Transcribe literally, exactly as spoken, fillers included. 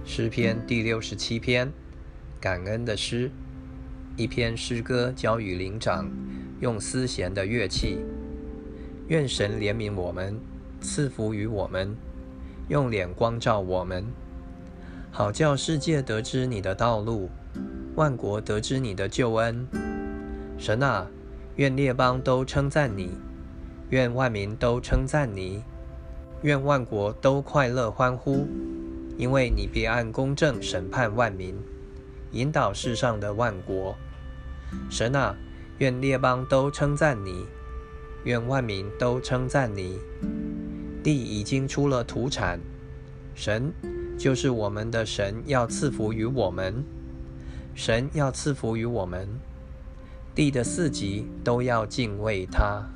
诗篇第六十七篇，感恩的诗。一篇诗歌交与灵长，用丝弦的乐器。愿神怜悯我们，赐福于我们，用脸光照我们，好叫世界得知你的道路，万国得知你的救恩。神啊，愿列邦都称赞你，愿万民都称赞你，愿万国都快乐欢呼，因为你必按公正审判万民，引导世上的万国。神啊，愿列邦都称赞你，愿万民都称赞你。地已经出了土产，神就是我们的神，要赐福于我们。神要赐福于我们，地的四极都要敬畏他。